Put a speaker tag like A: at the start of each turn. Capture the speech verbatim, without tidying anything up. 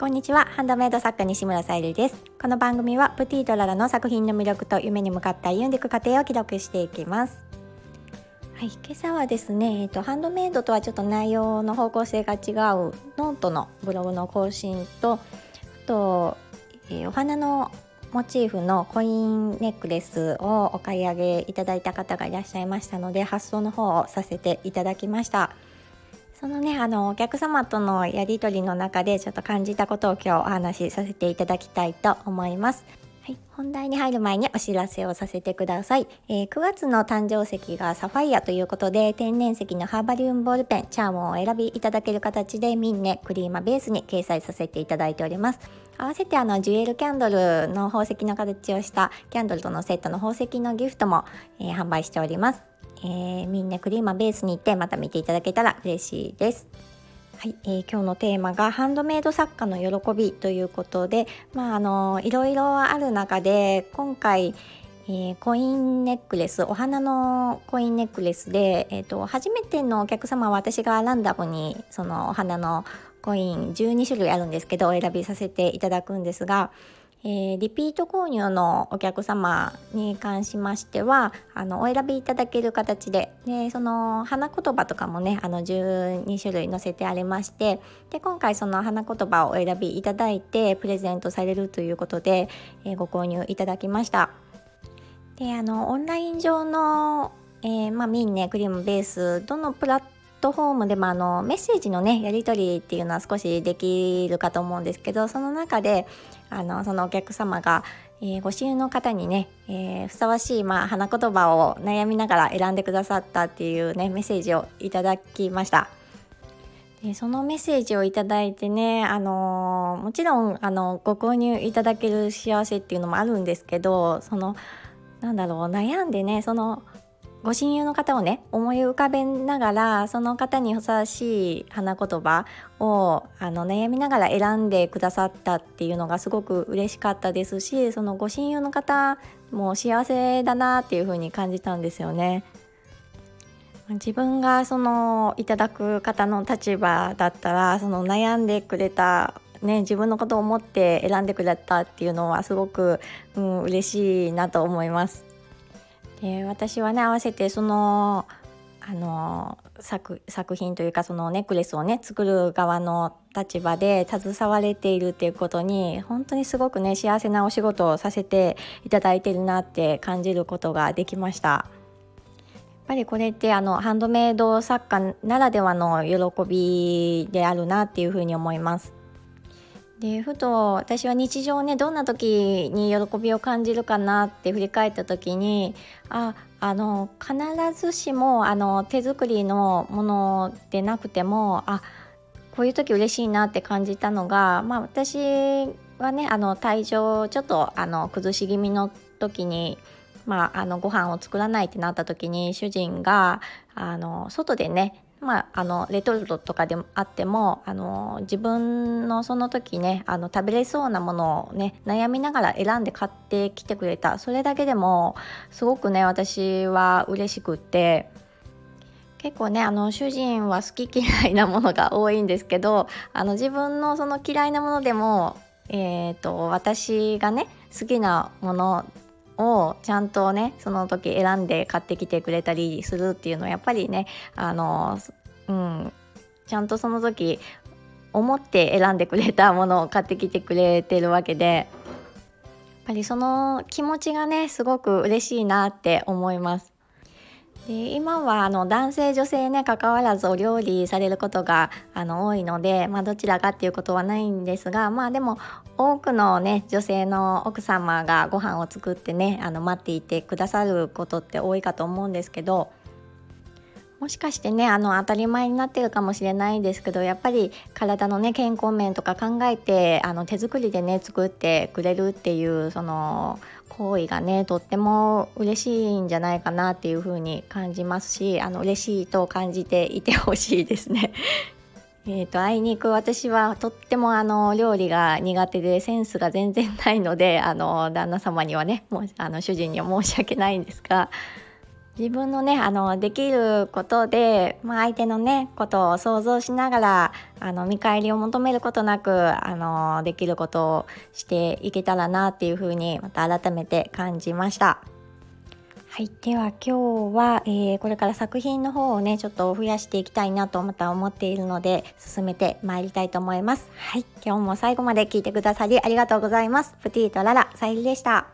A: こんにちは。ハンドメイド作家西村さゆりです。この番組はプティとララの作品の魅力と夢に向かって歩んでいく過程を記録していきます。はい、今朝はですね、えっと、ハンドメイドとはちょっと内容の方向性が違うノートのブログの更新と、あと、えー、お花のモチーフのコインネックレスをお買い上げいただいた方がいらっしゃいましたので、発送の方をさせていただきました。そのね、あのお客様とのやり取りの中でちょっと感じたことを今日お話しさせていただきたいと思います。はい、本題に入る前にお知らせをさせてください。えー、くがつの誕生石がサファイアということで、天然石のハーバリウムボールペンチャームをお選びいただける形でミンネクリーマベースに掲載させていただいております。合わせてあのジュエルキャンドルの宝石の形をしたキャンドルとのセットの宝石のギフトも、えー、販売しております。えー、ミンネクリーマベースに行ってまた見ていただけたら嬉しいです。はい、えー、今日のテーマがハンドメイド作家の喜びということで、まああのいろいろある中で今回、えー、コインネックレス、お花のコインネックレスで、えーと、初めてのお客様は私がランダムにそのお花のコインじゅうにしゅるいあるんですけどお選びさせていただくんですが、えー、リピート購入のお客様に関しましてはあのお選びいただける形で、でその花言葉とかもねあのじゅうにしゅるい載せてありまして、で今回その花言葉をお選びいただいてプレゼントされるということで、えー、ご購入いただきました。であのオンライン上の、えーまあ、ミンネクリームベースどのプラットフォームでもあのメッセージのねやり取りっていうのは少しできるかと思うんですけど、その中であのそのお客様が、えー、ご親友の方にね、えー、ふさわしい、まあ、花言葉を悩みながら選んでくださったっていうねメッセージをいただきました。でそのメッセージをいただいてね、あのー、もちろんあのご購入いただける幸せっていうのもあるんですけど、そのなんだろう悩んでねそのご親友の方をね思い浮かべながらその方にふさわしい花言葉をあの悩みながら選んでくださったっていうのがすごく嬉しかったですし、そのご親友の方も幸せだなっていう風に感じたんですよね。自分がそのいただく方の立場だったらその悩んでくれたね、自分のことを思って選んでくれたっていうのはすごく、うん、嬉しいなと思います。で私はね合わせてそのあの 作, 作品というかそのネックレスをね作る側の立場で携われているっていうことに本当にすごくね幸せなお仕事をさせていただいてるなって感じることができました。やっぱりこれってあのハンドメイド作家ならではの喜びであるなっていうふうに思います。でふと私は日常ねどんな時に喜びを感じるかなって振り返った時にああの必ずしもあの手作りのものでなくてもあこういう時嬉しいなって感じたのが、まあ、私はねあの体調ちょっとあの崩し気味の時に、まあ、あのご飯を作らないってなった時に主人があの外でねまあ、あのレトルトとかであってもあの自分のその時ねあの食べれそうなものをね悩みながら選んで買ってきてくれた、それだけでもすごくね私は嬉しくって、結構ねあの主人は好き嫌いなものが多いんですけど、あの自分のその嫌いなものでも、えーと、私がね好きなものをちゃんとねその時選んで買ってきてくれたりするっていうのはやっぱりねあの、うん、ちゃんとその時思って選んでくれたものを買ってきてくれてるわけで、やっぱりその気持ちがねすごく嬉しいなって思います。で今はあの男性女性ね関わらずお料理されることがあの多いので、まあ、どちらかっていうことはないんですが、まあでも多くのね女性の奥様がご飯を作ってねあの待っていてくださることって多いかと思うんですけど、もしかしてねあの当たり前になってるかもしれないですけど、やっぱり体のね健康面とか考えてあの手作りでね作ってくれるっていうその行為がねとっても嬉しいんじゃないかなっていう風に感じますし、あの嬉しいと感じていてほしいですね。えーとあいにく私はとってもあの料理が苦手でセンスが全然ないので、あの旦那様にはねもうあの主人には申し訳ないんですが、 自分のねあのできることで、まあ、相手のねことを想像しながらあの見返りを求めることなくあのできることをしていけたらなっていうふうにまた改めて感じました。はい、では今日は、えーこれから作品の方をねちょっと増やしていきたいなとまた思っているので進めてまいりたいと思います。はい、今日も最後まで聞いてくださりありがとうございます。プティとララさゆりでした。